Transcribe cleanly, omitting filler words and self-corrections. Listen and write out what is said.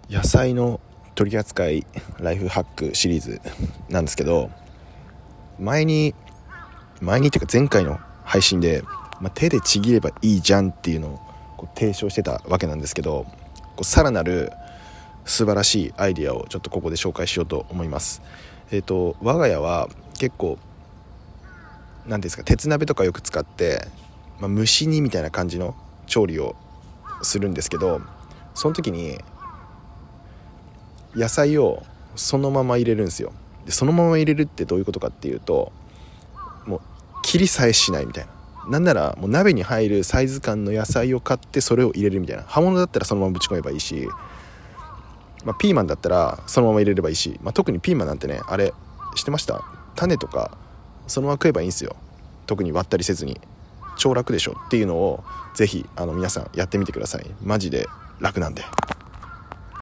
野菜の取り扱いライフハックシリーズなんですけど、前にっていうか前回の配信で、手でちぎればいいじゃんっていうのを提唱してたわけなんですけど、さらなる素晴らしいアイディアをちょっとここで紹介しようと思います。我が家は結構何ですか、鉄鍋とかよく使って、蒸し煮みたいな感じの調理をするんですけど、その時に野菜をそのまま入れるんですよ。でそのまま入れるってどういうことかっていうと、もう切りさえしないみたいな、なんならもう鍋に入るサイズ感の野菜を買ってそれを入れるみたいな。葉物だったらそのままぶち込めばいいし、ピーマンだったらそのまま入れればいいし、特にピーマンなんてね、あれ知ってました？種とかそのまま食えばいいんですよ。特に割ったりせずに。超楽でしょっていうのをぜひ皆さんやってみてください。マジで楽なんで。